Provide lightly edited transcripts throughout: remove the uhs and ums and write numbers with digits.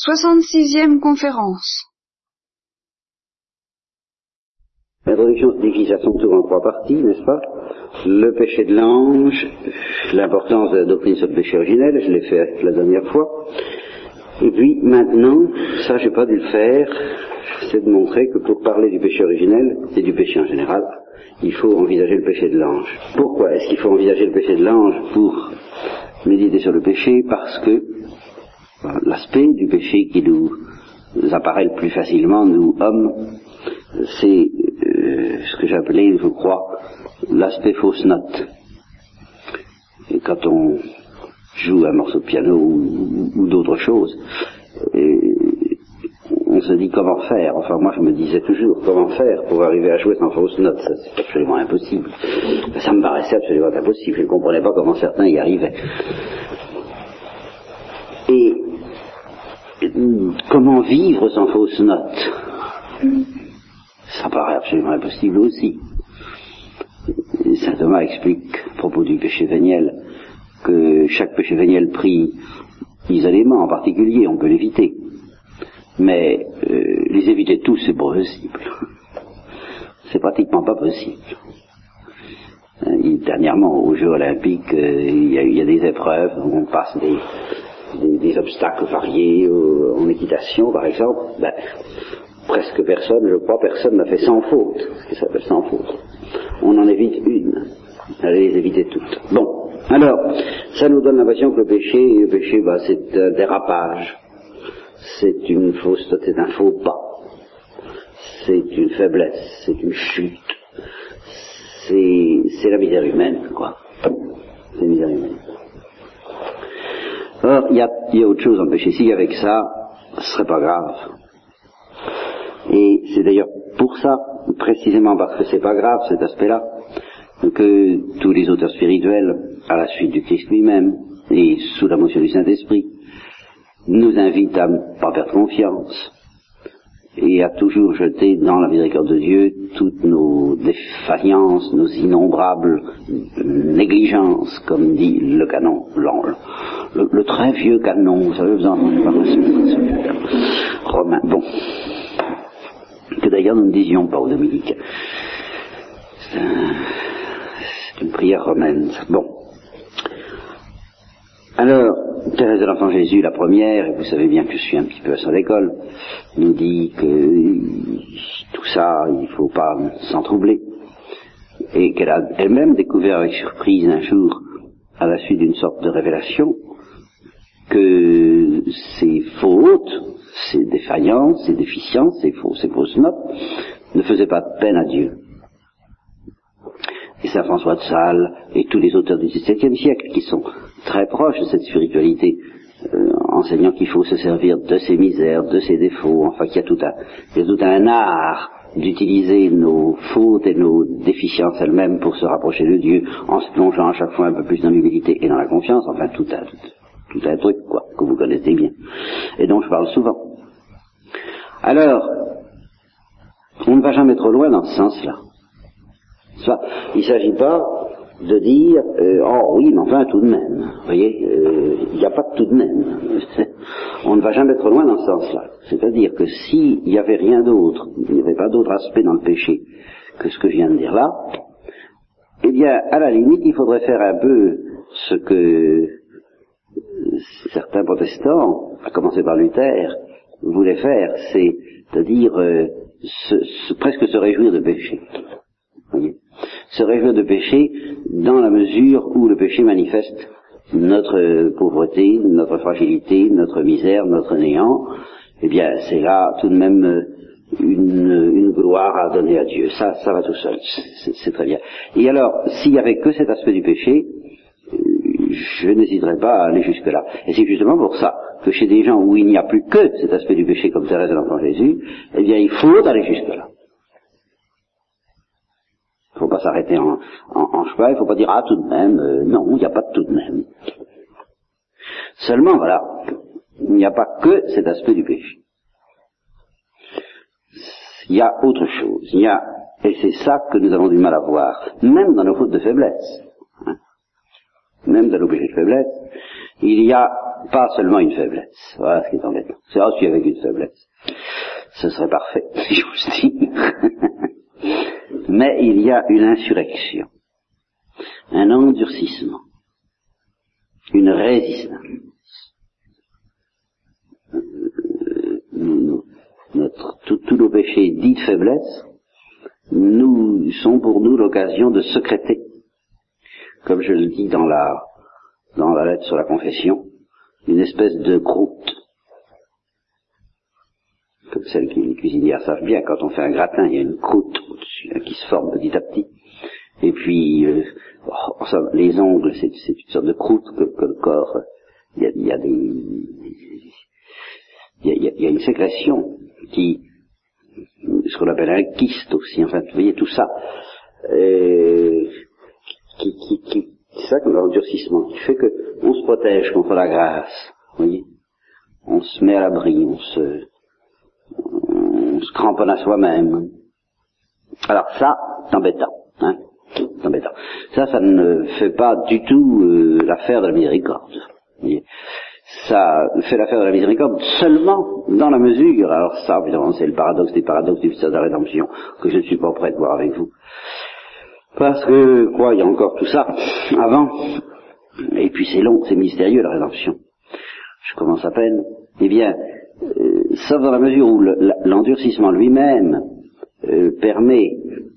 66e conférence. L'introduction se divise à son tour en 3 parties, n'est-ce pas? Le péché de l'ange, l'importance de la doctrine sur le péché originel, je l'ai fait la dernière fois. Et puis maintenant, ça j'ai pas dû le faire, c'est de montrer que pour parler du péché originel et du péché en général, il faut envisager le péché de l'ange. Pourquoi est-ce qu'il faut envisager le péché de l'ange pour méditer sur le péché? Parce que l'aspect du péché qui nous apparaît le plus facilement, nous hommes, c'est ce que j'appelais, je crois, l'aspect fausse note. Et quand on joue un morceau de piano ou d'autres choses, on se dit comment faire. Enfin, moi je me disais toujours comment faire pour arriver à jouer sans fausse note. Ça, c'est absolument impossible. Ça me paraissait absolument impossible. Je ne comprenais pas comment certains y arrivaient. Et comment vivre sans fausse note? Ça paraît absolument impossible aussi. Saint Thomas explique, à propos du péché véniel, que chaque péché véniel pris isolément, en particulier, on peut l'éviter. Mais les éviter tous, c'est pas possible. C'est pratiquement pas possible. Dernièrement, aux Jeux Olympiques, il y a des épreuves où on passe des obstacles variés en équitation, par exemple. Presque personne, je crois, personne n'a fait sans faute, ce qui s'appelle sans faute. On en évite une, allez les éviter toutes. Bon, alors, ça nous donne l'impression que le péché, c'est un dérapage, c'est une fausse, c'est un faux pas, c'est une faiblesse, c'est une chute, c'est la misère humaine, quoi. C'est la misère humaine. Or, il y a autre chose dans le péché. S'il y avait que ça, ce serait pas grave. Et c'est d'ailleurs pour ça, précisément parce que c'est pas grave cet aspect-là, que tous les auteurs spirituels, à la suite du Christ lui-même, et sous la motion du Saint-Esprit, nous invitent à ne pas perdre confiance, et à toujours jeter dans la miséricorde de Dieu toutes nos défaillances, nos innombrables négligences, comme dit le canon, le très vieux canon, vous savez, vous en entendez pas, romain, bon, que d'ailleurs nous ne disions pas aux dominicains. C'est une prière romaine. Bon. Alors, Thérèse de l'Enfant Jésus, la première, et vous savez bien que je suis un petit peu à son école, nous dit que tout ça, il ne faut pas s'en troubler. Et qu'elle a elle-même découvert avec surprise un jour, à la suite d'une sorte de révélation, que ces fautes, ces défaillances, ces déficiences, ces fausses notes, ne faisaient pas de peine à Dieu. Et Saint François de Sales et tous les auteurs du XVIIe siècle, qui sont très proches de cette spiritualité, enseignant qu'il faut se servir de ses misères, de ses défauts, enfin qu'il y a tout un art d'utiliser nos fautes et nos déficiences elles-mêmes pour se rapprocher de Dieu, en se plongeant à chaque fois un peu plus dans l'humilité et dans la confiance, enfin tout un truc, quoi, que vous connaissez bien, et dont je parle souvent. Alors, on ne va jamais trop loin dans ce sens-là. Il ne s'agit pas de dire oh oui, mais enfin tout de même. Vous voyez, il n'y a pas de tout de même. On ne va jamais trop loin dans ce sens-là. C'est-à-dire que s'il n'y avait rien d'autre, il n'y avait pas d'autre aspect dans le péché que ce que je viens de dire là, eh bien, à la limite, il faudrait faire un peu ce que certains protestants, à commencer par Luther, voulaient faire, c'est-à-dire presque se réjouir de péché. Voyez, se réjouir de péché dans la mesure où le péché manifeste notre pauvreté, notre fragilité, notre misère, notre néant. Eh bien, c'est là tout de même une gloire à donner à Dieu. Ça va tout seul, c'est très bien. Et alors, s'il n'y avait que cet aspect du péché, je n'hésiterais pas à aller jusque-là. Et c'est justement pour ça que chez des gens où il n'y a plus que cet aspect du péché, comme Thérèse de l'Enfant Jésus, eh bien, il faut aller jusque-là. Il ne faut pas s'arrêter en chemin, il ne faut pas dire ah tout de même, non, il n'y a pas de tout de même. Seulement, voilà, il n'y a pas que cet aspect du péché. Il y a autre chose, et c'est ça que nous avons du mal à voir, même dans nos fautes de faiblesse. Même dans nos péchés de faiblesse, il y a pas seulement une faiblesse. Voilà ce qui est embêtant. C'est aussi avec une faiblesse. Ce serait parfait, si j'ose dire. Mais il y a une insurrection, un endurcissement, une résistance. Tous nos péchés dits de faiblesse sont pour nous l'occasion de sécréter, comme je le dis dans la lettre sur la confession, une espèce de croûte. Comme celle que les cuisinières savent bien, quand on fait un gratin, il y a une croûte au-dessus qui se forme petit à petit. Et puis, les ongles, c'est une sorte de croûte que le corps, il y a une sécrétion ce qu'on appelle un kyste aussi, enfin, vous voyez tout ça, c'est ça comme l'endurcissement, qui fait qu'on se protège contre la grâce, vous voyez, on se met à l'abri, on se cramponne à soi-même. Alors ça, c'est embêtant, hein, c'est embêtant. Ça ne fait pas du tout l'affaire de la miséricorde, vous voyez. Ça fait l'affaire de la miséricorde seulement dans la mesure, alors ça, évidemment, c'est le paradoxe des paradoxes du mystère de la rédemption, que je ne suis pas prêt de voir avec vous. Parce que, il y a encore tout ça avant, et puis c'est long, c'est mystérieux la rédemption. Je commence à peine. Eh bien, sauf dans la mesure où l'endurcissement lui-même permet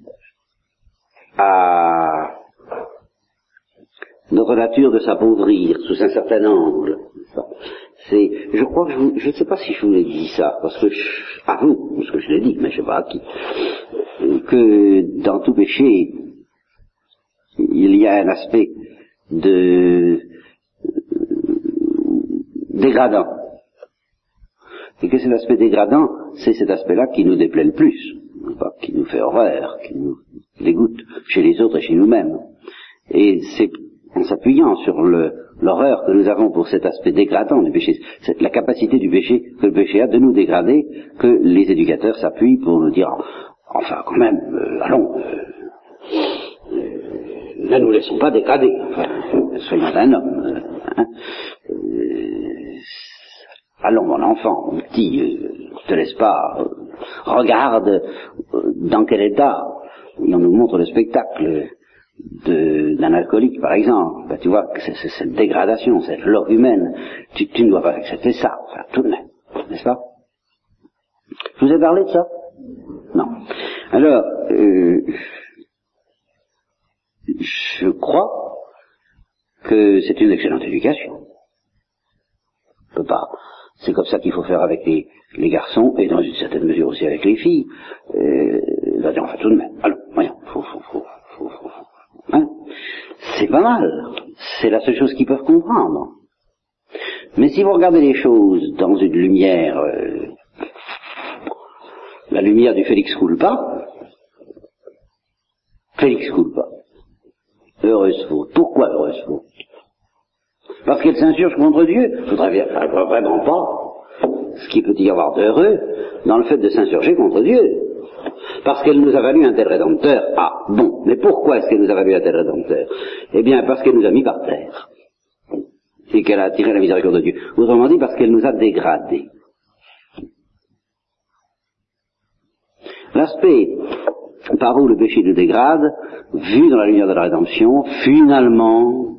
à notre nature de s'appauvrir sous un certain angle. Je crois que je ne sais pas si je vous l'ai dit ça, parce que à vous, parce que je l'ai dit, mais je ne sais pas à qui, que dans tout péché, il y a un aspect dégradant. Et que cet aspect dégradant, c'est cet aspect-là qui nous déplaît le plus, qui nous fait horreur, qui nous dégoûte chez les autres et chez nous-mêmes. Et c'est en s'appuyant sur l'horreur que nous avons pour cet aspect dégradant du péché, c'est la capacité du péché, que le péché a de nous dégrader, que les éducateurs s'appuient pour nous dire, enfin quand même, allons, ne nous laissons pas dégrader, enfin, soyons un homme, allons mon enfant, mon petit, ne te laisse pas, regarde dans quel état, et on nous montre le spectacle d'un alcoolique par exemple, tu vois, c'est cette dégradation, cette loi humaine, tu ne dois pas accepter ça, enfin, tout de même, n'est-ce pas? Je vous ai parlé de ça? Non. Alors, je crois que c'est une excellente éducation. On peut pas. C'est comme ça qu'il faut faire avec les garçons, et dans une certaine mesure aussi avec les filles. Enfin, tout de même. Alors, voyons, hein? C'est pas mal. C'est la seule chose qu'ils peuvent comprendre. Mais si vous regardez les choses dans une lumière, la lumière du Félix culpa, heureuse faute. Pourquoi heureuse faute? Parce qu'elle s'insurge contre Dieu. Je voudrais vraiment pas ce qu'il peut y avoir d'heureux dans le fait de s'insurger contre Dieu. Parce qu'elle nous a valu un tel rédempteur. Ah, bon, mais pourquoi est-ce qu'elle nous a valu un tel rédempteur? Eh bien, parce qu'elle nous a mis par terre. Et qu'elle a attiré la miséricorde de Dieu. Autrement dit, parce qu'elle nous a dégradés. L'aspect par où le péché nous dégrade, vu dans la lumière de la rédemption, finalement,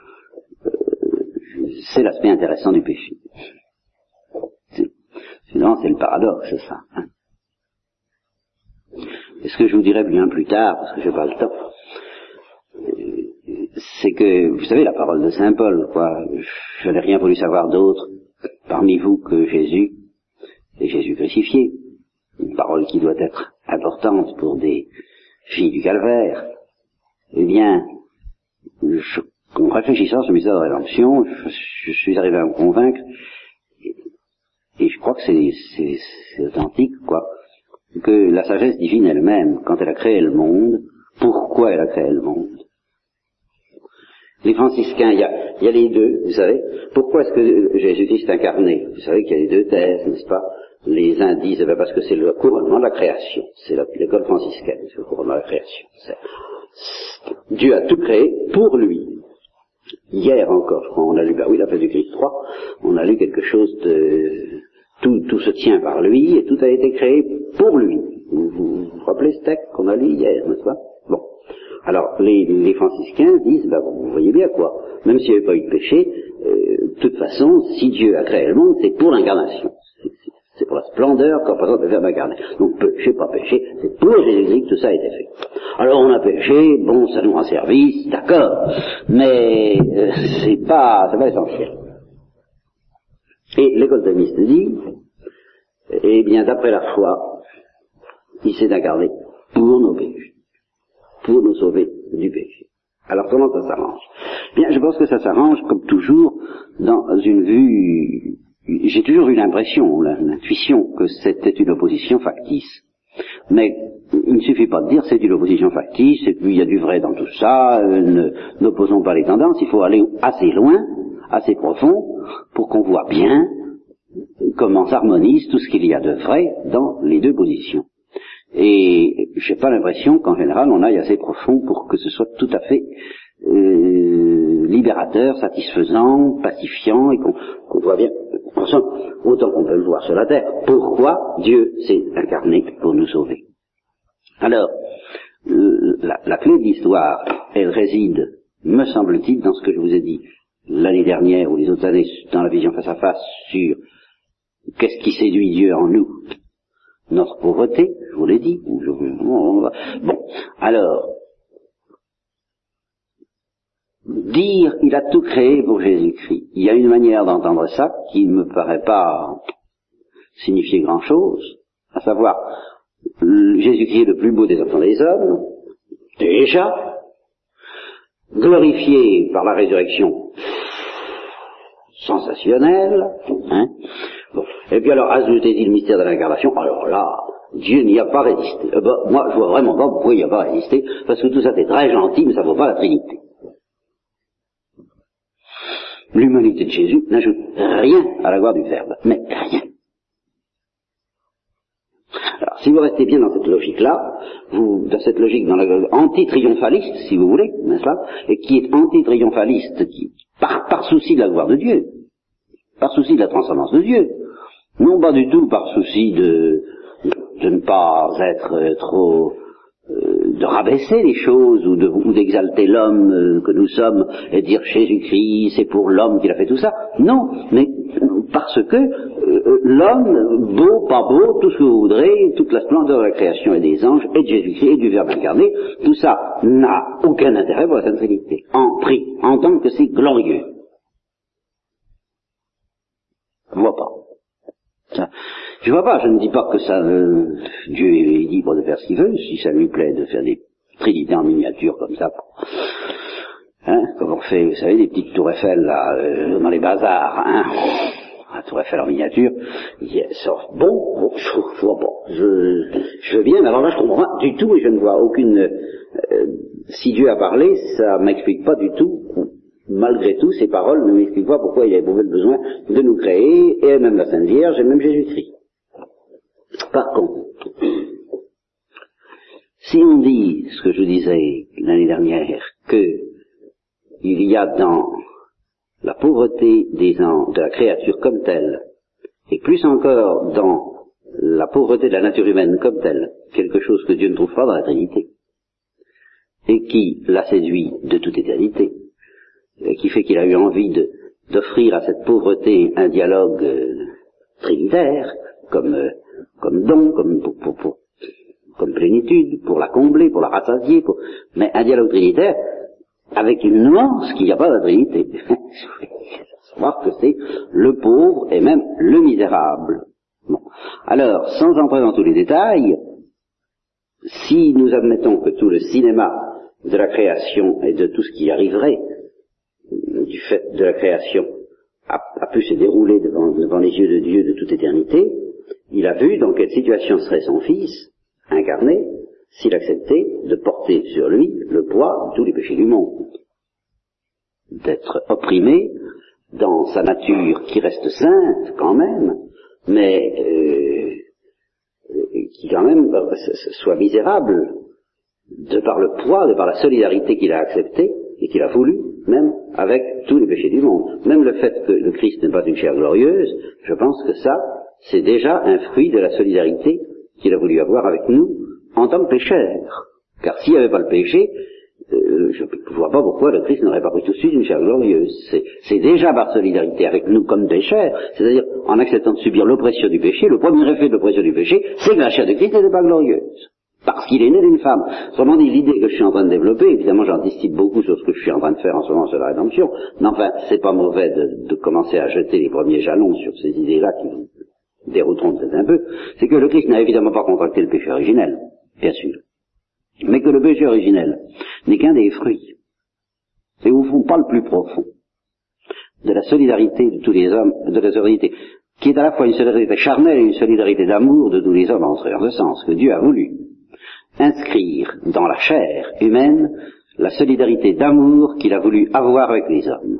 c'est l'aspect intéressant du péché. Finalement, c'est le paradoxe, ça. Hein. Et ce que je vous dirai bien plus tard, parce que je n'ai pas le temps, c'est que, vous savez, la parole de Saint Paul, je n'ai rien voulu savoir d'autre parmi vous que Jésus, et Jésus crucifié. Une parole qui doit être importante pour des filles du calvaire. Eh bien, en réfléchissant sur le mystère de la rédemption, je suis arrivé à me convaincre, et je crois que c'est authentique, que la sagesse divine elle-même, quand elle a créé le monde, pourquoi elle a créé le monde? Les franciscains, il y a les deux, vous savez. Pourquoi est-ce que Jésus-Christ est incarné? Vous savez qu'il y a les deux thèses, n'est-ce pas? Les uns disent, parce que c'est le couronnement de la création. C'est l'école franciscaine, c'est le couronnement de la création. Dieu a tout créé pour lui. Hier encore, je crois, on a lu, la Fête du Christ 3, on a lu quelque chose de... Tout se tient par lui et tout a été créé pour lui. Vous rappelez ce texte qu'on a lu hier, n'est-ce pas? Bon. Alors, les franciscains disent, vous voyez bien quoi, même s'il n'y avait pas eu de péché, de toute façon, si Dieu a créé le monde, c'est pour l'incarnation. C'est pour la splendeur qu'en présente le Verbe incarné. Donc péché, pas péché, c'est pour Jésus-Christ que tout ça a été fait. Alors on a péché, bon, ça nous rend service, d'accord, mais c'est pas essentiel. Et l'école thomiste dit, eh bien d'après la foi, il s'est incarné pour nos péchés, pour nous sauver du péché. Alors comment ça s'arrange? Bien, je pense que ça s'arrange comme toujours dans une vue. J'ai toujours eu l'impression, l'intuition, que c'était une opposition factice. Mais il ne suffit pas de dire c'est une opposition factice, et puis il y a du vrai dans tout ça, n'opposons pas les tendances, il faut aller assez loin, assez profond, pour qu'on voit bien comment s'harmonise tout ce qu'il y a de vrai dans les deux positions. Et j'ai pas l'impression qu'en général on aille assez profond pour que ce soit tout à fait libérateur, satisfaisant, pacifiant, et qu'on voit bien, autant qu'on peut le voir sur la terre, pourquoi Dieu s'est incarné pour nous sauver. Alors, la clé de l'histoire, elle réside, me semble-t-il, dans ce que je vous ai dit l'année dernière ou les autres années dans la vision face à face sur qu'est-ce qui séduit Dieu en nous. Notre pauvreté, je vous l'ai dit. Bon, alors, dire il a tout créé pour Jésus-Christ. Il y a une manière d'entendre ça qui ne me paraît pas signifier grand-chose, à savoir, Jésus-Christ est le plus beau des enfants des hommes, déjà, glorifié par la résurrection sensationnelle, hein. Bon. Et puis alors, ajoutez-y le mystère de l'incarnation, alors là, Dieu n'y a pas résisté. Moi, je vois vraiment pas pourquoi il n'y a pas résisté, parce que tout ça c'est très gentil, mais ça ne vaut pas la Trinité. L'humanité de Jésus n'ajoute rien à la gloire du Verbe, mais rien. Alors, si vous restez bien dans cette logique-là, dans cette logique anti-triomphaliste, si vous voulez, n'est-ce pas, et qui est anti-triomphaliste, qui par souci de la gloire de Dieu, par souci de la transcendance de Dieu, non pas du tout par souci de ne pas être trop de rabaisser les choses ou d'exalter l'homme que nous sommes et dire Jésus-Christ c'est pour l'homme qu'il a fait tout ça. Non, mais parce que l'homme, beau, pas beau, tout ce que vous voudrez, toute la splendeur de la création et des anges et de Jésus-Christ et du Verbe incarné, tout ça n'a aucun intérêt pour la Sainte Trinité. En tant que c'est glorieux. Je vois pas. Je vois pas, je ne dis pas que ça, Dieu est libre de faire ce qu'il veut, si ça lui plaît de faire des trinités en miniature comme ça, comme on fait, vous savez, des petites tours Eiffel là, dans les bazars, la tour Eiffel en miniature, bon, je vois pas, je veux bien, mais alors là je comprends pas du tout et je ne vois aucune, si Dieu a parlé, ça m'explique pas du tout. Malgré tout, ces paroles ne m'expliquent pas pourquoi il a éprouvé le besoin de nous créer, et même la Sainte Vierge, et même Jésus-Christ. Par contre, si on dit, ce que je disais l'année dernière, que il y a dans la pauvreté de la créature comme telle, et plus encore dans la pauvreté de la nature humaine comme telle, quelque chose que Dieu ne trouve pas dans la Trinité, et qui la séduit de toute éternité, qui fait qu'il a eu envie d'offrir à cette pauvreté un dialogue trinitaire, comme don, comme plénitude, pour la combler, pour la rassasier, mais un dialogue trinitaire avec une nuance qu'il n'y a pas dans la Trinité. Savoir que c'est le pauvre et même le misérable. Bon. Alors, sans entrer dans tous les détails, si nous admettons que tout le cinéma de la création et de tout ce qui arriverait du fait de la création a pu se dérouler devant les yeux de Dieu de toute éternité, il a vu dans quelle situation serait son Fils, incarné, s'il acceptait de porter sur lui le poids de tous les péchés du monde, d'être opprimé dans sa nature qui reste sainte quand même, mais qui quand même soit misérable de par le poids, de par la solidarité qu'il a acceptée et qu'il a voulu même avec tous les péchés du monde. Même le fait que le Christ n'est pas une chair glorieuse, je pense que ça, c'est déjà un fruit de la solidarité qu'il a voulu avoir avec nous en tant que pécheurs. Car s'il n'y avait pas le péché, je ne vois pas pourquoi le Christ n'aurait pas pris tout de suite une chair glorieuse. C'est déjà par solidarité avec nous comme pécheurs, c'est-à-dire en acceptant de subir l'oppression du péché, le premier effet de l'oppression du péché, c'est que la chair de Christ n'était pas glorieuse. Parce qu'il est né d'une femme. Autrement dit, l'idée que je suis en train de développer, évidemment j'anticipe beaucoup sur ce que je suis en train de faire en ce moment sur la rédemption, mais enfin, c'est pas mauvais de commencer à jeter les premiers jalons sur ces idées-là qui vous dérouteront peut-être un peu, c'est que le Christ n'a évidemment pas contracté le péché originel, bien sûr, mais que le péché originel n'est qu'un des fruits, et au fond pas le plus profond, de la solidarité de tous les hommes, de la solidarité, qui est à la fois une solidarité charnelle et une solidarité d'amour de tous les hommes entre eux, en ce sens que Dieu a voulu inscrire dans la chair humaine la solidarité d'amour qu'il a voulu avoir avec les hommes.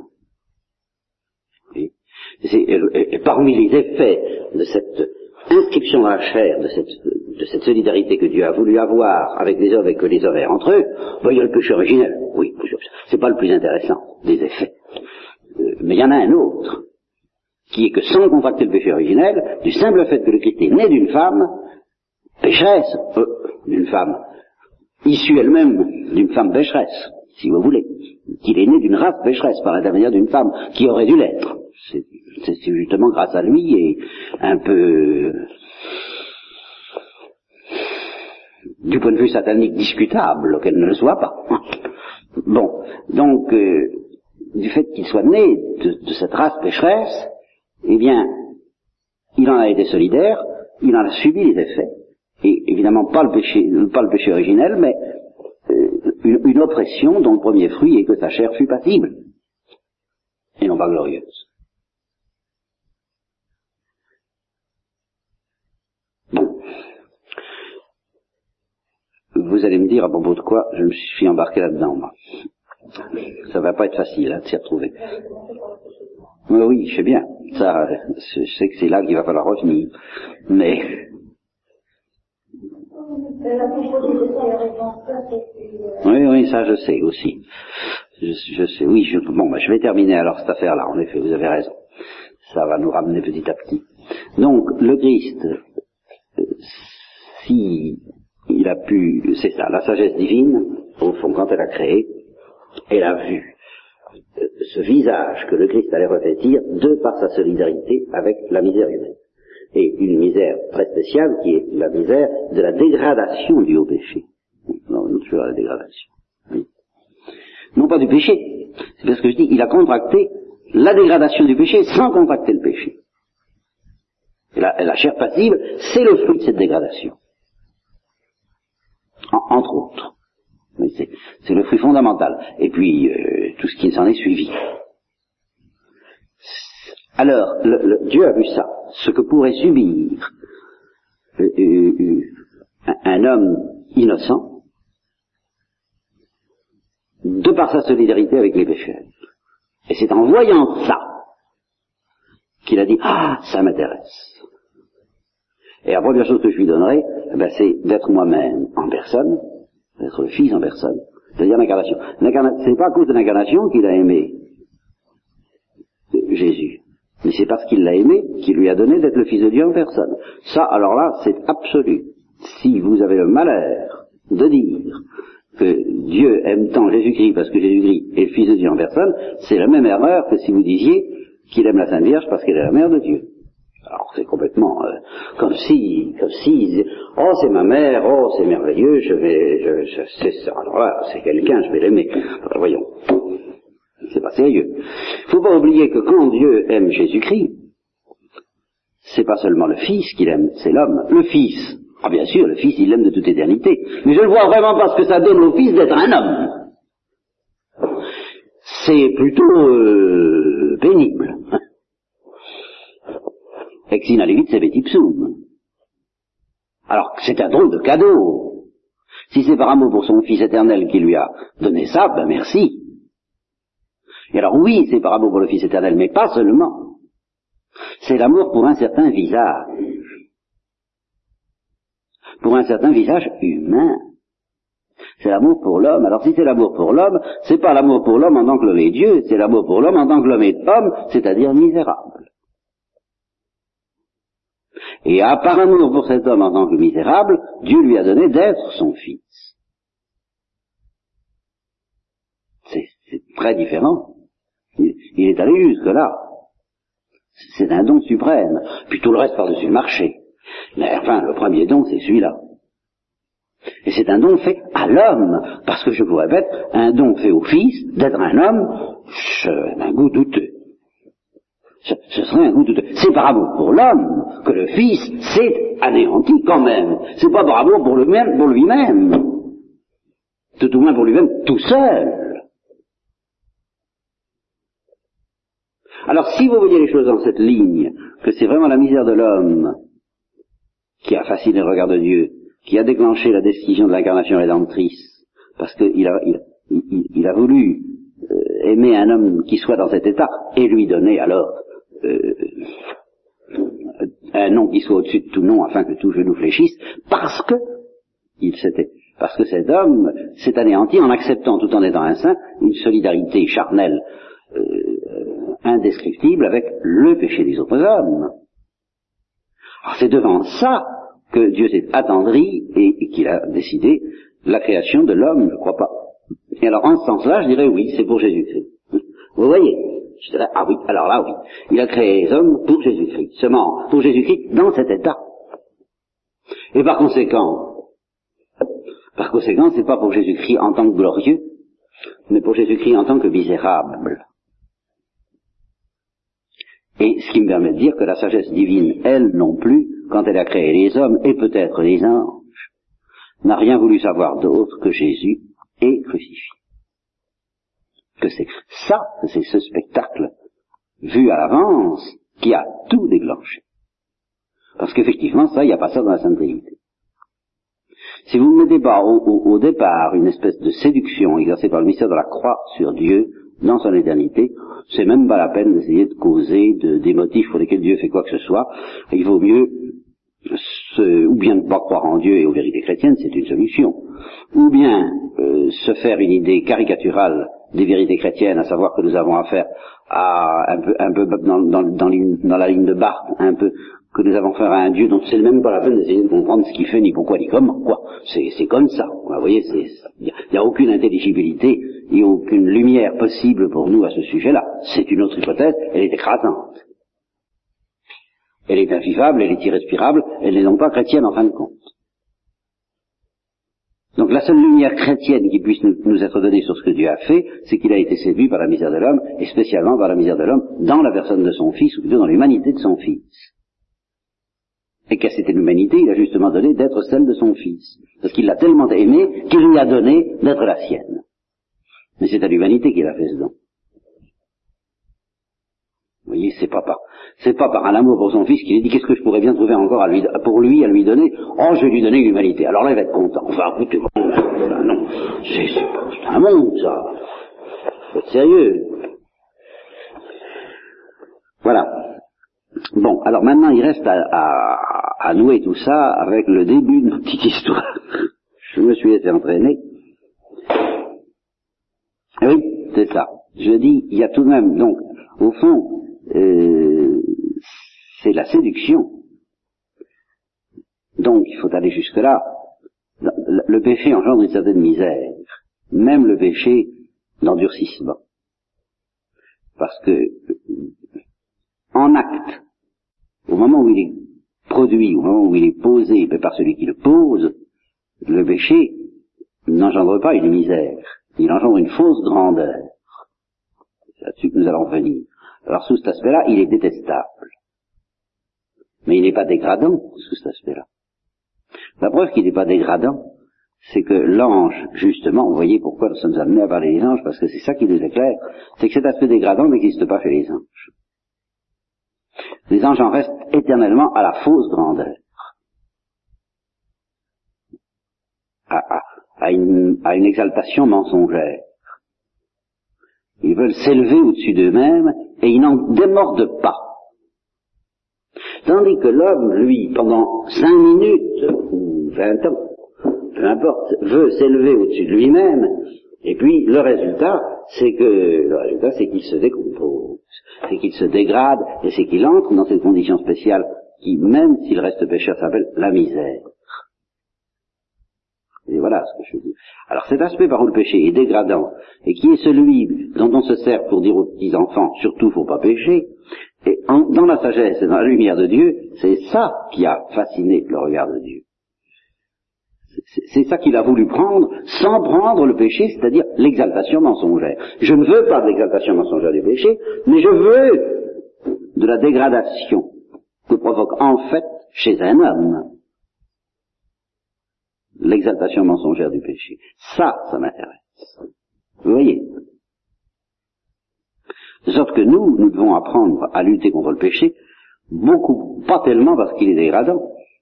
Et parmi les effets de cette inscription dans la chair, de cette solidarité que Dieu a voulu avoir avec les hommes et que les hommes avaient entre eux, il y a le péché originel. Oui, c'est pas le plus intéressant des effets. Mais il y en a un autre, qui est que sans contracter le péché originel, du simple fait que le Christ est né d'une femme, pécheresse, d'une femme issue elle-même d'une femme pécheresse, si vous voulez, qu'il est né d'une race pécheresse par l'intermédiaire d'une femme qui aurait dû l'être. C'est justement grâce à lui et un peu du point de vue satanique discutable qu'elle ne le soit pas. Bon, donc du fait qu'il soit né de cette race pécheresse, eh bien, il en a été solidaire, il en a subi les effets, et évidemment pas le péché originel, mais une oppression dont le premier fruit est que sa chair fut passible, et non pas glorieuse. Bon. Vous allez me dire à propos de quoi je me suis embarqué là-dedans, moi. Ça va pas être facile, hein, de s'y retrouver. Mais oui, je sais bien. Ça, je sais que c'est là qu'il va falloir revenir. Mais... Oui, ça je sais aussi. Je sais, oui, je vais terminer alors cette affaire-là, en effet, vous avez raison. Ça va nous ramener petit à petit. Donc, le Christ, si il a pu, c'est ça, la sagesse divine, au fond, quand elle a créé, elle a vu ce visage que le Christ allait revêtir de par sa solidarité avec la misère humaine. Et une misère très spéciale qui est la misère de la dégradation due au péché. Non, sur la dégradation. Oui. Non pas du péché, c'est parce que je dis, il a contracté la dégradation du péché sans contracter le péché. Et la chair passible, c'est le fruit de cette dégradation. Entre autres. Mais c'est le fruit fondamental. Et puis, tout ce qui s'en est suivi. Alors, Dieu a vu ça, ce que pourrait subir un homme innocent de par sa solidarité avec les pécheurs. Et c'est en voyant ça qu'il a dit « Ah, ça m'intéresse ». Et la première chose que je lui donnerai, c'est d'être moi-même en personne, d'être le Fils en personne, c'est-à-dire l'incarnation. Ce n'est pas à cause de l'incarnation qu'il a aimé Jésus, mais c'est parce qu'il l'a aimé qu'il lui a donné d'être le Fils de Dieu en personne. Ça, alors là, c'est absolu. Si vous avez le malheur de dire que Dieu aime tant Jésus-Christ parce que Jésus-Christ est le Fils de Dieu en personne, c'est la même erreur que si vous disiez qu'il aime la Sainte Vierge parce qu'elle est la mère de Dieu. Alors c'est complètement comme si oh c'est ma mère, oh c'est merveilleux, c'est ça. Alors là, c'est quelqu'un, je vais l'aimer. Alors, voyons, c'est pas sérieux. Faut pas oublier que quand Dieu aime Jésus-Christ, c'est pas seulement le Fils qu'il aime, c'est l'homme. Le Fils, ah bien sûr, le Fils il l'aime de toute éternité, mais je ne vois vraiment pas ce que ça donne au Fils d'être un homme. C'est plutôt pénible. Ex in alevit sebet ipsum. Alors, c'est un drôle de cadeau. Si c'est par amour pour son Fils éternel qui lui a donné ça, ben merci. Et alors oui, c'est par amour pour le Fils éternel, mais pas seulement. C'est l'amour pour un certain visage. Pour un certain visage humain. C'est l'amour pour l'homme. Alors si c'est l'amour pour l'homme, c'est pas l'amour pour l'homme en tant que l'homme est Dieu, c'est l'amour pour l'homme en tant que l'homme est homme, c'est-à-dire misérable. Et par amour pour cet homme en tant que misérable, Dieu lui a donné d'être son fils. C'est très différent. Il est allé jusque-là. C'est un don suprême. Puis tout le reste par-dessus le marché. Mais enfin, le premier don, c'est celui-là. Et c'est un don fait à l'homme. Parce que, je vous répète, un don fait au fils, d'être un homme, c'est un goût douteux. Ce serait un goût douteux. C'est par amour pour l'homme que le fils s'est anéanti quand même. C'est pas par amour pour lui-même. Tout au moins pour lui-même, tout seul. Alors, si vous voyez les choses dans cette ligne, que c'est vraiment la misère de l'homme qui a fasciné le regard de Dieu, qui a déclenché la décision de l'incarnation rédemptrice, parce qu'il a voulu aimer un homme qui soit dans cet état, et lui donner alors un nom qui soit au-dessus de tout nom, afin que tout genou fléchisse, parce que cet homme s'est anéanti en acceptant, tout en étant un saint, une solidarité charnelle indescriptible avec le péché des autres hommes. Alors c'est devant ça que Dieu s'est attendri et qu'il a décidé la création de l'homme, je ne crois pas. Et alors en ce sens-là, je dirais oui, c'est pour Jésus-Christ. Vous voyez, je dirais, ah oui, alors là oui, il a créé les hommes pour Jésus-Christ, seulement pour Jésus-Christ dans cet état. Et par conséquent, c'est pas pour Jésus-Christ en tant que glorieux, mais pour Jésus-Christ en tant que misérable. Et ce qui me permet de dire que la sagesse divine, elle non plus, quand elle a créé les hommes et peut-être les anges, n'a rien voulu savoir d'autre que Jésus et crucifié. Que c'est ce spectacle vu à l'avance qui a tout déclenché. Parce qu'effectivement, il n'y a pas ça dans la Sainte Trinité. Si vous ne mettez pas au départ une espèce de séduction exercée par le mystère de la croix sur Dieu, dans son éternité, c'est même pas la peine d'essayer de causer des motifs pour lesquels Dieu fait quoi que ce soit. Il vaut mieux ou bien ne pas croire en Dieu et aux vérités chrétiennes, c'est une solution, ou bien se faire une idée caricaturale des vérités chrétiennes, à savoir que nous avons affaire à un peu dans la ligne de Barthes, un peu que nous avons affaire à un Dieu dont c'est même pas la peine d'essayer de comprendre ce qu'il fait, ni pourquoi, ni comment, quoi. C'est comme ça. Vous voyez, il n'y a aucune intelligibilité et aucune lumière possible pour nous à ce sujet-là. C'est une autre hypothèse, elle est écrasante. Elle est invivable, elle est irrespirable, elle n'est donc pas chrétienne en fin de compte. Donc la seule lumière chrétienne qui puisse nous être donnée sur ce que Dieu a fait, c'est qu'il a été séduit par la misère de l'homme, et spécialement par la misère de l'homme dans la personne de son Fils, ou plutôt dans l'humanité de son Fils. Et qu'à cette humanité, il a justement donné d'être celle de son Fils. Parce qu'il l'a tellement aimé qu'il lui a donné d'être la sienne. Mais c'est à l'humanité qu'il a fait ce don. Vous voyez, c'est pas par un amour pour son Fils qu'il a dit qu'est-ce que je pourrais bien trouver encore pour lui à lui donner. Oh, je vais lui donner l'humanité. Alors là, il va être content. Enfin, écoutez, non, c'est un monde, ça. Faut être sérieux. Voilà. Bon, alors maintenant, il reste à nouer tout ça avec le début de ma petite histoire. Je me suis été entraîné. Oui, c'est ça. Je dis, il y a tout de même, donc, au fond, c'est la séduction. Donc, il faut aller jusque-là. Le péché engendre une certaine misère, même le péché d'endurcissement. Parce que, en acte, au moment où il est produit, au moment où il est posé par celui qui le pose, le péché n'engendre pas une misère, il engendre une fausse grandeur. C'est là-dessus que nous allons venir. Alors sous cet aspect-là, il est détestable. Mais il n'est pas dégradant sous cet aspect-là. La preuve qu'il n'est pas dégradant, c'est que l'ange, justement, vous voyez pourquoi nous sommes amenés à parler des anges, parce que c'est ça qui nous éclaire, c'est que cet aspect dégradant n'existe pas chez les anges. Les anges en restent éternellement à la fausse grandeur. À une exaltation mensongère. Ils veulent s'élever au-dessus d'eux-mêmes et ils n'en démordent pas. Tandis que l'homme, lui, pendant 5 minutes ou 20 ans, peu importe, veut s'élever au-dessus de lui-même, et puis le résultat, c'est qu'il se décompose, c'est qu'il se dégrade, et c'est qu'il entre dans cette condition spéciale qui, même s'il reste pécheur, s'appelle la misère. Et voilà ce que je dis. Alors cet aspect par où le péché est dégradant, et qui est celui dont on se sert pour dire aux petits-enfants, surtout faut pas pécher, et dans la sagesse et dans la lumière de Dieu, c'est ça qui a fasciné le regard de Dieu. C'est ça qu'il a voulu prendre, sans prendre le péché, c'est-à-dire l'exaltation mensongère. Je ne veux pas de l'exaltation mensongère du péché, mais je veux de la dégradation que provoque en fait chez un homme l'exaltation mensongère du péché. Ça m'intéresse. Vous voyez? De sorte que nous devons apprendre à lutter contre le péché, beaucoup, pas tellement parce qu'il est dégradant.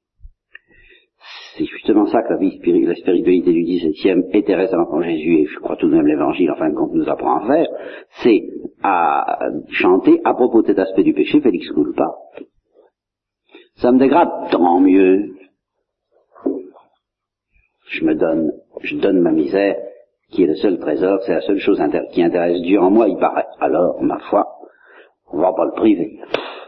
C'est justement ça que la spiritualité du XVIIe et Thérèse de l'Enfant Jésus, et je crois tout de même l'Évangile, en fin de compte, nous apprend à faire, c'est à chanter à propos de cet aspect du péché, Felix culpa. Ça me dégrade, tant mieux. Je donne ma misère, qui est le seul trésor, c'est la seule chose qui intéresse Dieu en moi, il paraît. Alors, ma foi, on va pas le priver.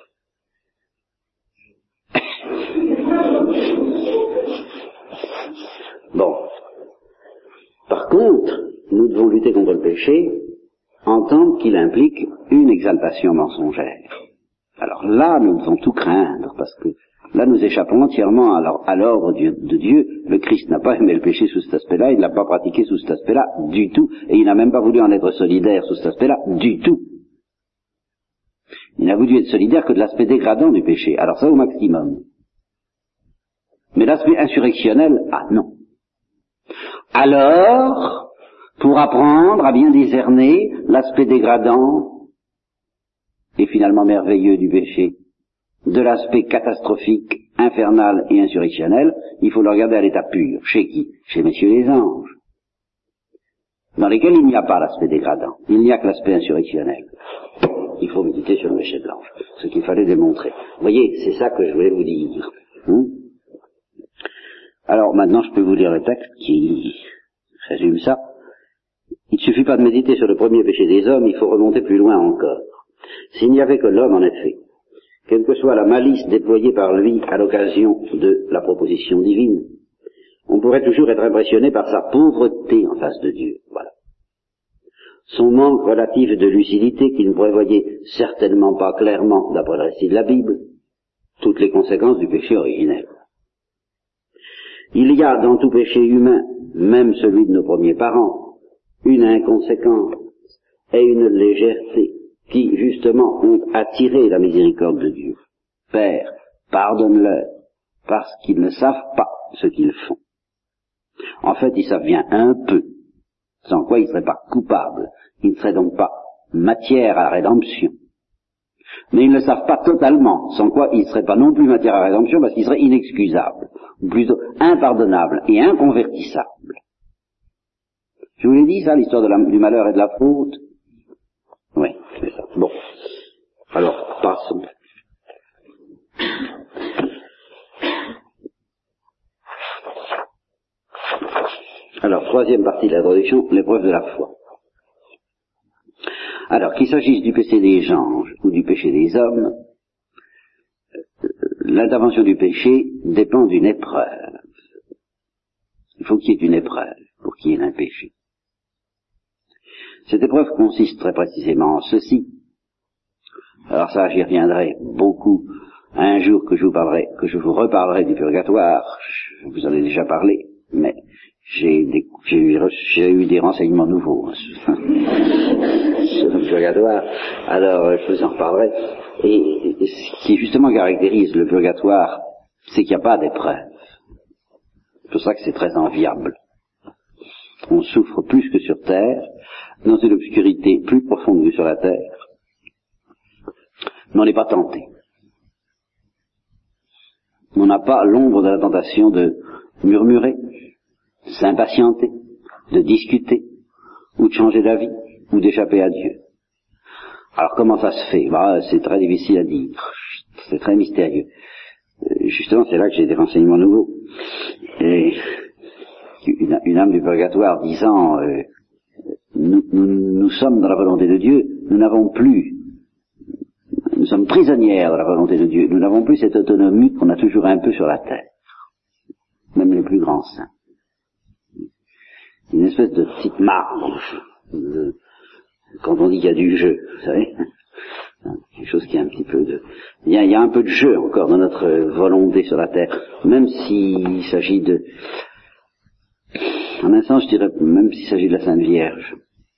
Bon. Par contre, nous devons lutter contre le péché en tant qu'il implique une exaltation mensongère. Alors là, nous devons tout craindre, parce que là, nous échappons entièrement à l'ordre de Dieu. Le Christ n'a pas aimé le péché sous cet aspect-là, il ne l'a pas pratiqué sous cet aspect-là du tout, et il n'a même pas voulu en être solidaire sous cet aspect-là du tout. Il n'a voulu être solidaire que de l'aspect dégradant du péché. Alors ça, au maximum. Mais l'aspect insurrectionnel, non. Alors, pour apprendre à bien discerner l'aspect dégradant et finalement merveilleux du péché, de l'aspect catastrophique, infernal et insurrectionnel, il faut le regarder à l'état pur. Chez qui? Chez messieurs les anges, dans lesquels il n'y a pas l'aspect dégradant, il n'y a que l'aspect insurrectionnel. Il faut méditer sur le péché de l'ange, ce qu'il fallait démontrer. Vous voyez, c'est ça que je voulais vous dire. Alors maintenant, je peux vous lire le texte qui résume ça. Il ne suffit pas de méditer sur le premier péché des hommes, il faut remonter plus loin encore. S'il n'y avait que l'homme, en effet, quelle que soit la malice déployée par lui à l'occasion de la proposition divine, on pourrait toujours être impressionné par sa pauvreté en face de Dieu. Voilà. Son manque relatif de lucidité qui ne prévoyait certainement pas clairement, d'après le récit de la Bible, toutes les conséquences du péché originel. Il y a dans tout péché humain, même celui de nos premiers parents, une inconséquence et une légèreté qui, justement, ont attiré la miséricorde de Dieu. Père, pardonne-leur, parce qu'ils ne savent pas ce qu'ils font. En fait, ils savent bien un peu, sans quoi ils ne seraient pas coupables, ils ne seraient donc pas matière à la rédemption. Mais ils ne le savent pas totalement, sans quoi ils ne seraient pas non plus matière à la rédemption, parce qu'ils seraient inexcusables, ou plutôt impardonnables et inconvertissables. Je vous l'ai dit, ça, l'histoire du malheur et de la faute. Oui, c'est ça. Bon. Alors, passons. Alors, troisième partie de l'introduction, l'épreuve de la foi. Alors, qu'il s'agisse du péché des anges ou du péché des hommes, l'intervention du péché dépend d'une épreuve. Il faut qu'il y ait une épreuve pour qu'il y ait un péché. Cette épreuve consiste très précisément en ceci. Alors ça, j'y reviendrai beaucoup un jour que je vous reparlerai du purgatoire. Je vous en ai déjà parlé, mais j'ai eu des renseignements nouveaux sur le purgatoire. Alors, je vous en reparlerai. Et ce qui justement caractérise le purgatoire, c'est qu'il n'y a pas d'épreuve. C'est pour ça que c'est très enviable. On souffre plus que sur terre, dans une obscurité plus profonde que sur la terre, mais on n'est pas tenté. On n'a pas l'ombre de la tentation de murmurer, de s'impatienter, de discuter, ou de changer d'avis, ou d'échapper à Dieu. Alors comment ça se fait? C'est très difficile à dire, c'est très mystérieux. Justement, c'est là que j'ai des renseignements nouveaux. Et une âme du purgatoire disant nous sommes dans la volonté de Dieu, nous sommes prisonnières de la volonté de Dieu, nous n'avons plus cette autonomie qu'on a toujours un peu sur la terre, même les plus grands saints. Une espèce de petite marge, quand on dit qu'il y a du jeu, vous savez, quelque chose qui est un petit peu de... Il y a un peu de jeu encore dans notre volonté sur la terre, même s'il s'agit de... En un sens, je dirais, même s'il s'agit de la Sainte Vierge.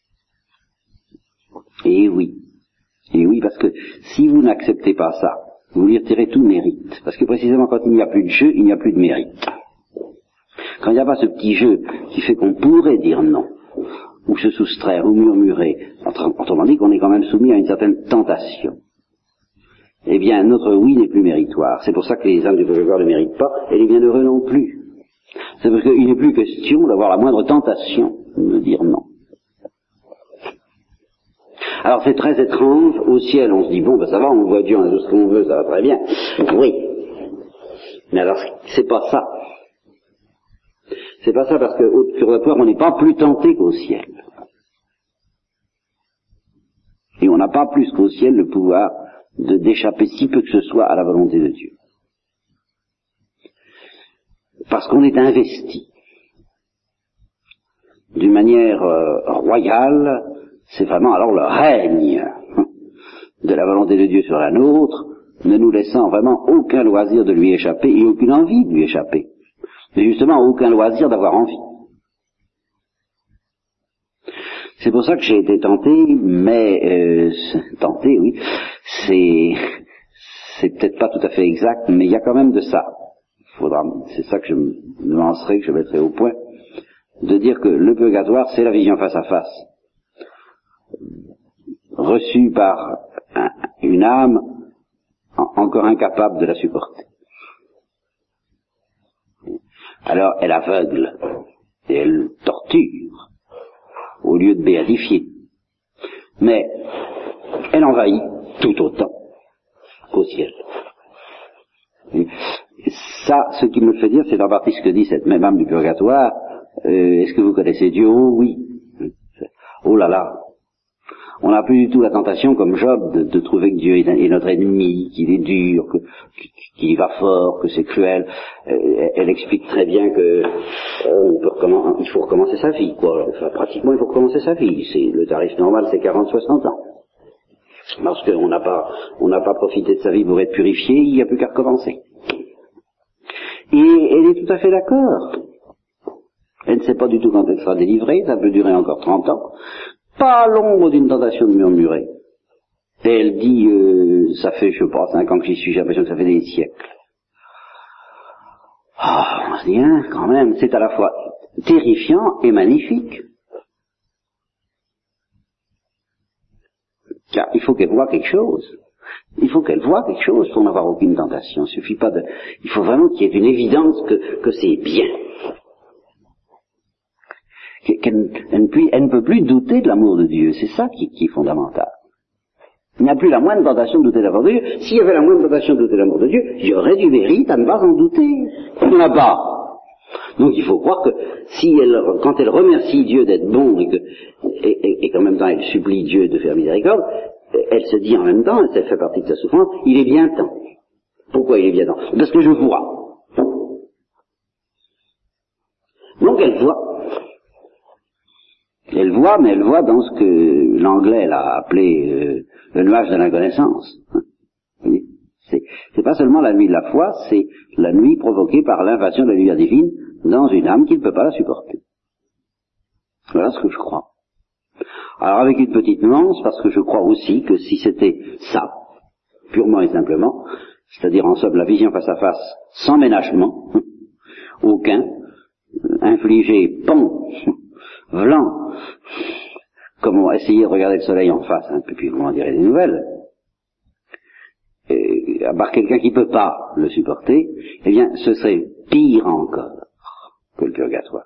Et oui, parce que si vous n'acceptez pas ça, vous lui retirez tout mérite. Parce que précisément quand il n'y a plus de jeu, il n'y a plus de mérite. Quand il n'y a pas ce petit jeu qui fait qu'on pourrait dire non, ou se soustraire, ou murmurer, autrement dit qu'on est quand même soumis à une certaine tentation, eh bien notre oui n'est plus méritoire. C'est pour ça que les âmes du purgatoire ne méritent pas, et les bienheureux non plus. C'est parce qu'il n'est plus question d'avoir la moindre tentation de dire non. Alors c'est très étrange, au ciel on se dit, bon ben ça va, on voit Dieu, on a tout ce qu'on veut, ça va très bien. Oui. Mais alors c'est pas ça. C'est pas ça parce qu'au purgatoire on n'est pas plus tenté qu'au ciel. Et on n'a pas plus qu'au ciel le pouvoir d'échapper si peu que ce soit à la volonté de Dieu. Parce qu'on est investi. D'une manière royale, c'est vraiment alors le règne de la volonté de Dieu sur la nôtre, ne nous laissant vraiment aucun loisir de lui échapper et aucune envie de lui échapper. Mais justement aucun loisir d'avoir envie. C'est pour ça que j'ai été tenté, mais tenté, oui, c'est peut-être pas tout à fait exact, mais il y a quand même de ça. C'est ça que je me lancerai, que je mettrai au point, de dire que le purgatoire, c'est la vision face à face, reçue par une âme encore incapable de la supporter. Alors elle aveugle et elle torture au lieu de béatifier, mais elle envahit tout autant qu'au ciel. Et ça, ce qui me fait dire, c'est en partie ce que dit cette même âme du purgatoire. Est-ce que vous connaissez Dieu? Oh oui. Oh là là. On n'a plus du tout la tentation, comme Job, de trouver que Dieu est notre ennemi, qu'il est dur, qu'il y va fort, que c'est cruel. Elle explique très bien que il faut recommencer sa vie, quoi. Enfin, pratiquement, il faut recommencer sa vie. Le tarif normal, c'est 40-60 ans. Parce qu'on n'a pas profité de sa vie pour être purifié, il n'y a plus qu'à recommencer. Et elle est tout à fait d'accord. Elle ne sait pas du tout quand elle sera délivrée, ça peut durer encore 30 ans. Pas l'ombre d'une tentation de murmurer. Et elle dit, ça fait, je sais pas, 5 ans que j'y suis, j'ai l'impression que ça fait des siècles. Ah, rien, quand même, c'est à la fois terrifiant et magnifique. Car il faut qu'elle voie quelque chose. Il faut qu'elle voie quelque chose pour n'avoir aucune tentation. Il suffit pas il faut vraiment qu'il y ait une évidence que c'est bien. Elle ne peut plus douter de l'amour de Dieu. C'est ça qui est fondamental. Il n'y a plus la moindre tentation de douter de l'amour de Dieu. S'il y avait la moindre tentation de douter de l'amour de Dieu, il y aurait du mérite à ne pas en douter. Il n'y en a pas. Donc il faut croire que quand elle remercie Dieu d'être bon et qu'en même temps elle supplie Dieu de faire miséricorde, elle se dit en même temps, et ça fait partie de sa souffrance, il est bien temps. Pourquoi il est bien temps? Parce que je vois. Donc elle voit. Elle voit, mais elle voit dans ce que l'anglais l'a appelé le nuage de l'inconnaissance. C'est pas seulement la nuit de la foi, c'est la nuit provoquée par l'invasion de la lumière divine dans une âme qui ne peut pas la supporter. Voilà ce que je crois. Alors avec une petite nuance, parce que je crois aussi que si c'était ça, purement et simplement, c'est-à-dire en somme la vision face à face, sans ménagement, aucun, infligé, pan, vlan, comme on va essayer de regarder le soleil en face, hein, puis vous m'en direz des nouvelles, et à part quelqu'un qui ne peut pas le supporter, eh bien ce serait pire encore que le purgatoire.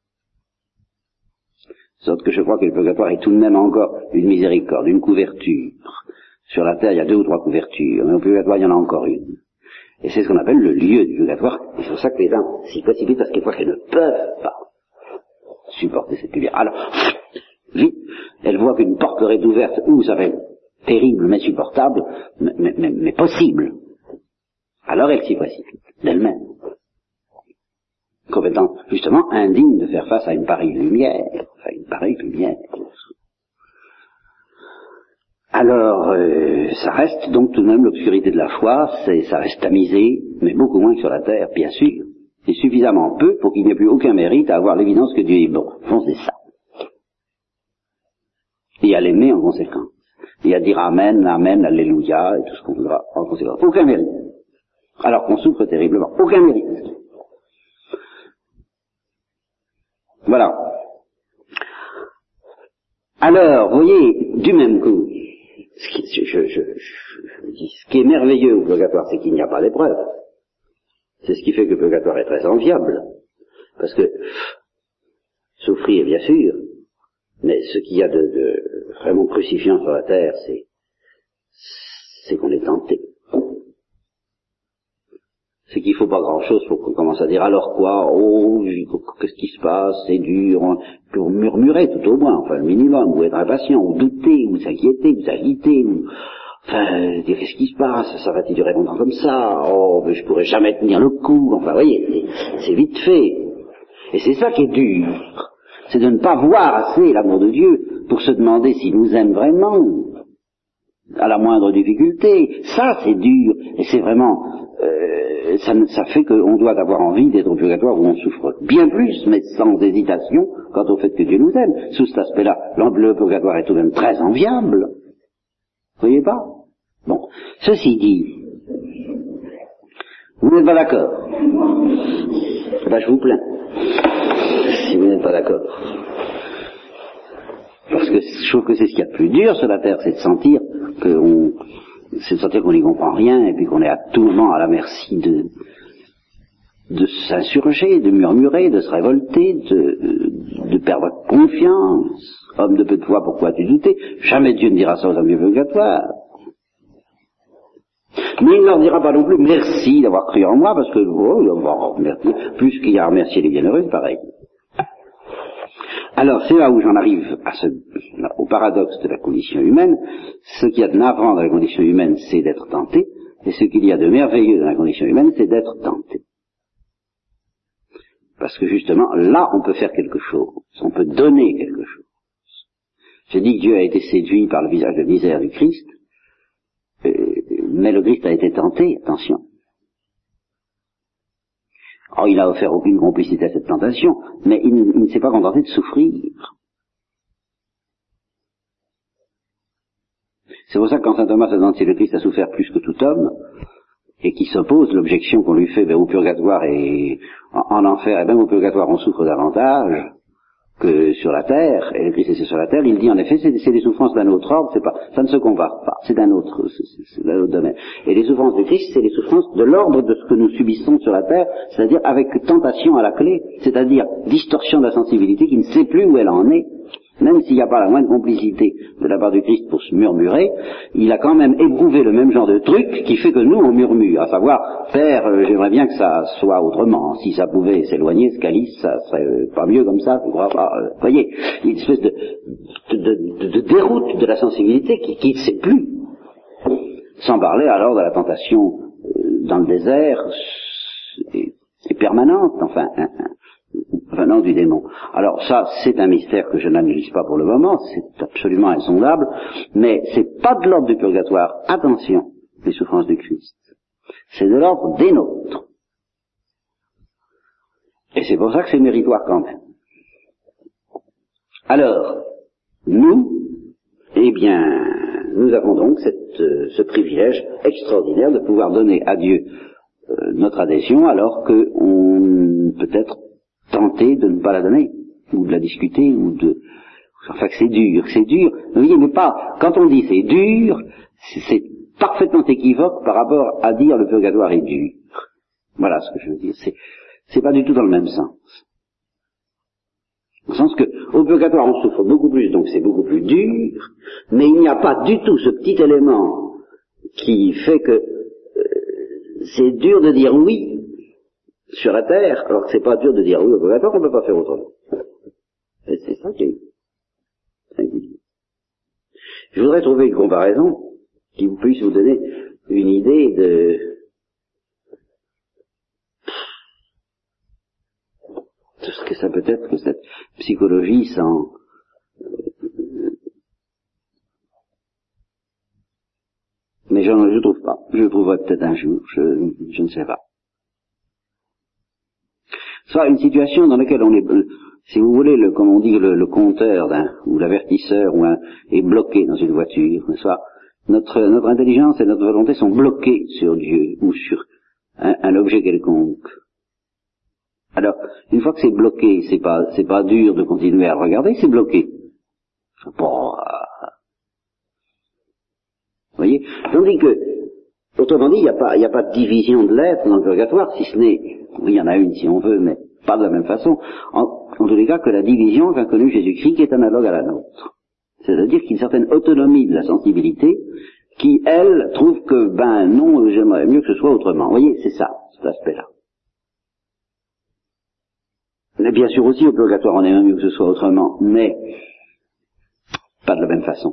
Sauf que je crois que le purgatoire est tout de même encore une miséricorde, une couverture. Sur la terre, il y a 2 ou 3 couvertures, mais au purgatoire, il y en a encore une. Et c'est ce qu'on appelle le lieu du purgatoire, et c'est pour ça que les âmes s'y précipitent, parce qu'ils croient qu'elles ne peuvent pas supporter cette lumière. Alors, vite, elle voit qu'une porte leur est ouverte, où ça va être terrible, mais supportable, mais possible. Alors elle s'y précipite, d'elle-même. Complètement, justement, indigne de faire face à une pareille lumière, Alors, ça reste donc tout de même l'obscurité de la foi, ça reste tamisé, mais beaucoup moins que sur la terre, bien sûr. Et suffisamment peu pour qu'il n'y ait plus aucun mérite à avoir l'évidence que Dieu est bon. Au fond, c'est ça. Et à l'aimer en conséquence. Et à dire Amen, Amen, Alléluia, et tout ce qu'on voudra en conséquence. Aucun mérite. Alors qu'on souffre terriblement. Aucun mérite. Voilà. Alors, vous voyez, du même coup, ce qui est merveilleux au purgatoire, c'est qu'il n'y a pas d'épreuve. C'est ce qui fait que le purgatoire est très enviable. Parce que souffrir, bien sûr, mais ce qu'il y a de vraiment crucifiant sur la terre, c'est qu'on est tenté. C'est qu'il ne faut pas grand-chose pour qu'on commence à dire alors quoi, oh, qu'est-ce qui se passe, c'est dur, pour murmurer tout au moins, enfin le minimum, ou être impatient, ou douter, ou s'inquiéter, ou s'agiter, ou enfin dire qu'est-ce qui se passe, ça va-t-il durer longtemps comme ça, oh, mais je pourrais jamais tenir le coup, enfin vous voyez, c'est vite fait. Et c'est ça qui est dur, c'est de ne pas voir assez l'amour de Dieu pour se demander s'il nous aime vraiment, à la moindre difficulté. Ça c'est dur, et c'est vraiment... ça fait qu'on doit avoir envie d'être au purgatoire où on souffre bien plus, mais sans hésitation, quant au fait que Dieu nous aime. Sous cet aspect-là, le purgatoire est tout de même très enviable. Vous voyez pas? Bon. Ceci dit, vous n'êtes pas d'accord? Ben, je vous plains. Si vous n'êtes pas d'accord. Parce que je trouve que c'est ce qu'il y a de plus dur sur la terre, c'est de sentir qu'on n'y comprend rien et puis qu'on est à tout moment à la merci de s'insurger, de murmurer, de se révolter, de perdre confiance. Homme de peu de foi, pourquoi tu doutais? Jamais Dieu ne dira ça aux hommes du purgatoire. Mais il ne leur dira pas non plus merci d'avoir cru en moi, parce que plus qu'il y a à remercier les bienheureux, c'est pareil. Alors, c'est là où j'en arrive au paradoxe de la condition humaine. Ce qu'il y a de navrant dans la condition humaine, c'est d'être tenté, et ce qu'il y a de merveilleux dans la condition humaine, c'est d'être tenté. Parce que justement, là, on peut faire quelque chose, on peut donner quelque chose. J'ai dit que Dieu a été séduit par le visage de misère du Christ, mais le Christ a été tenté, attention. Alors, il n'a offert aucune complicité à cette tentation, mais il ne s'est pas contenté de souffrir. C'est pour ça que quand saint Thomas se demande si le Christ a souffert plus que tout homme, et qui s'oppose l'objection qu'on lui fait au purgatoire et en enfer, et même au purgatoire on souffre davantage que sur la terre, et le Christ est sur la terre, il dit en effet c'est des souffrances d'un autre ordre, ça ne se compare pas, c'est d'un autre domaine. Et les souffrances du Christ, c'est les souffrances de l'ordre de ce que nous subissons sur la terre, c'est-à-dire avec tentation à la clé, c'est-à-dire distorsion de la sensibilité qui ne sait plus où elle en est. Même s'il n'y a pas la moindre complicité de la part du Christ pour se murmurer, il a quand même éprouvé le même genre de truc qui fait que nous on murmure, à savoir, Père, j'aimerais bien que ça soit autrement, si ça pouvait s'éloigner, ce calice, ça serait pas mieux comme ça, vous voyez, une espèce de déroute de la sensibilité qui ne sait plus. Sans parler alors de la tentation dans le désert, est permanente, enfin, venant du démon. Alors ça, c'est un mystère que je n'analyse pas pour le moment, c'est absolument insondable, mais c'est pas de l'ordre du purgatoire, attention, les souffrances du Christ. C'est de l'ordre des nôtres. Et c'est pour ça que c'est méritoire quand même. Alors, nous, eh bien, nous avons donc ce privilège extraordinaire de pouvoir donner à Dieu notre adhésion alors qu'on peut être tenté de ne pas la donner, ou de la discuter, enfin que c'est dur. Vous voyez, mais pas, quand on dit c'est dur, c'est parfaitement équivoque par rapport à dire le purgatoire est dur. Voilà ce que je veux dire, c'est pas du tout dans le même sens. Au sens que, au purgatoire on souffre beaucoup plus, donc c'est beaucoup plus dur, mais il n'y a pas du tout ce petit élément qui fait que c'est dur de dire oui sur la terre, alors que c'est pas dur de dire oui au purgatoire, on ne peut pas faire autrement. singulier. Je voudrais trouver une comparaison qui puisse vous donner une idée de ce que ça peut être que cette psychologie sans mais je ne trouve pas. Je le trouverai peut-être un jour, je ne sais pas. Soit une situation dans laquelle on est, si vous voulez, comme on dit, le compteur ou l'avertisseur est bloqué dans une voiture, soit notre intelligence et notre volonté sont bloquées sur Dieu ou sur un objet quelconque. Alors, une fois que c'est bloqué, c'est pas dur de continuer à le regarder, c'est bloqué. Bon, vous voyez? Tandis que, autrement dit, il n'y a pas de division de l'être dans le purgatoire, si ce n'est, oui, il y en a une si on veut, mais pas de la même façon, en tous les cas que la division qu'a connue Jésus-Christ qui est analogue à la nôtre. C'est-à-dire qu'il y a une certaine autonomie de la sensibilité qui, elle, trouve que, non, j'aimerais mieux que ce soit autrement. Vous voyez, c'est ça, cet aspect-là. Mais bien sûr aussi, au purgatoire, on aimerait mieux que ce soit autrement, mais pas de la même façon.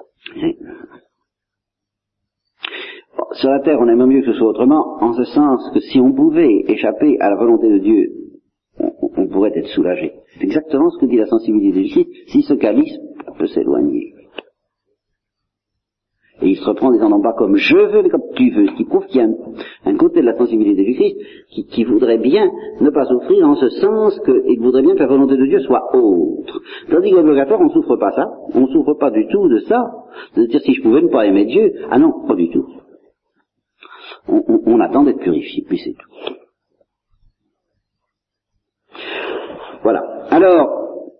Sur la terre, on aimerait mieux que ce soit autrement, en ce sens que si on pouvait échapper à la volonté de Dieu, on pourrait être soulagé. C'est exactement ce que dit la sensibilité du Christ, si ce calice peut s'éloigner. Et il se reprend en disant non pas comme je veux, mais comme tu veux, ce qui prouve qu'il y a un côté de la sensibilité du Christ qui voudrait bien ne pas souffrir en ce sens qu'il voudrait bien que la volonté de Dieu soit autre. Tandis qu'au purgatoire, on ne souffre pas ça, on ne souffre pas du tout de ça, de dire si je pouvais ne pas aimer Dieu, ah non, pas du tout. On attend d'être purifié, puis c'est tout. Voilà. Alors,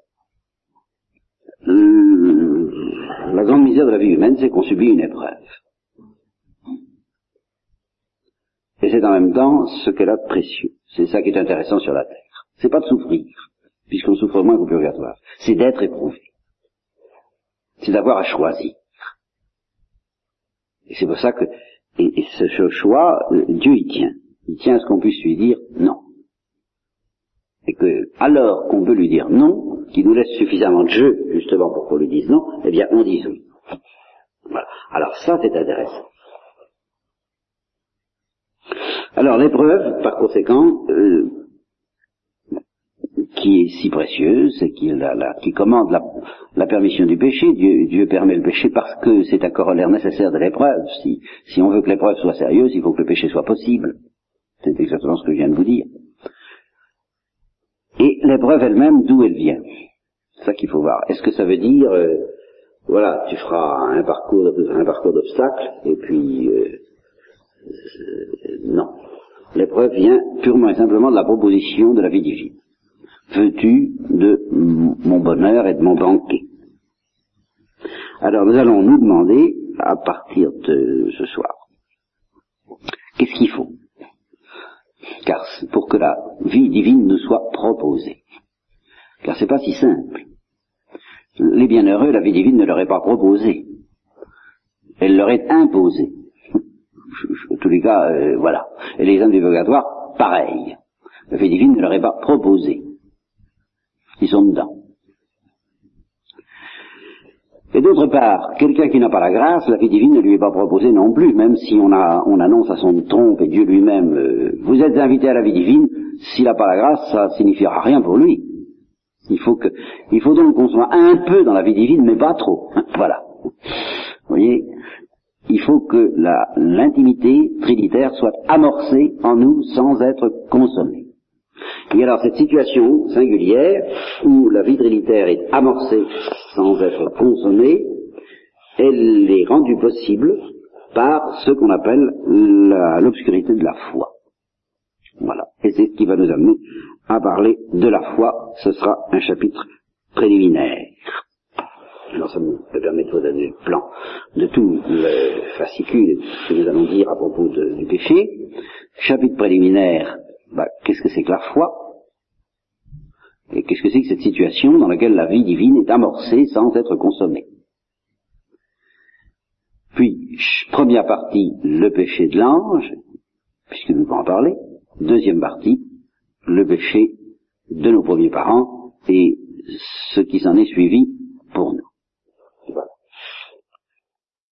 la grande misère de la vie humaine, c'est qu'on subit une épreuve. Et c'est en même temps ce qu'elle a de précieux. C'est ça qui est intéressant sur la terre. C'est pas de souffrir, puisqu'on souffre moins qu'au purgatoire. C'est d'être éprouvé. C'est d'avoir à choisir. Et c'est pour ça que, et ce choix, Dieu y tient. Il tient à ce qu'on puisse lui dire non. Et que, alors qu'on peut lui dire non, qu'il nous laisse suffisamment de jeu, justement, pour qu'on lui dise non, eh bien, on dise oui. Voilà. Alors ça, c'est intéressant. Alors, l'épreuve, par conséquent, qui est si précieuse, et qui commande la permission du péché, Dieu permet le péché parce que c'est un corollaire nécessaire de l'épreuve. Si on veut que l'épreuve soit sérieuse, il faut que le péché soit possible. C'est exactement ce que je viens de vous dire. Et l'épreuve elle-même, d'où elle vient? C'est ça qu'il faut voir. Est-ce que ça veut dire, voilà, tu feras un parcours d'obstacles, et puis, non. L'épreuve vient purement et simplement de la proposition de la vie divine. Veux-tu de mon bonheur et de mon banquet? Alors nous allons nous demander, à partir de ce soir, qu'est-ce qu'il faut? Car pour que la vie divine nous soit proposée. Car c'est pas si simple. Les bienheureux, la vie divine ne leur est pas proposée. Elle leur est imposée. En tous les cas, voilà. Et les âmes du purgatoire, pareil. La vie divine ne leur est pas proposée. Ils sont dedans. Et d'autre part, quelqu'un qui n'a pas la grâce, la vie divine ne lui est pas proposée non plus, même si on annonce à son trompe et Dieu lui-même, vous êtes invité à la vie divine, s'il n'a pas la grâce, ça signifiera rien pour lui. Il faut donc qu'on soit un peu dans la vie divine, mais pas trop. Voilà. Vous voyez, il faut que l'intimité trinitaire soit amorcée en nous sans être consommée. Et alors cette situation singulière où la vie trinitaire est amorcée sans être consommée, elle est rendue possible par ce qu'on appelle l'obscurité de la foi. Voilà. Et c'est ce qui va nous amener à parler de la foi. Ce sera un chapitre préliminaire. Alors ça me permet de vous donner le plan de tout le fascicule que nous allons dire à propos du péché. Chapitre préliminaire, qu'est-ce que c'est que la foi? Et qu'est-ce que c'est que cette situation dans laquelle la vie divine est amorcée sans être consommée? Puis, première partie, le péché de l'ange, puisque nous allons en parler. Deuxième partie, le péché de nos premiers parents et ce qui s'en est suivi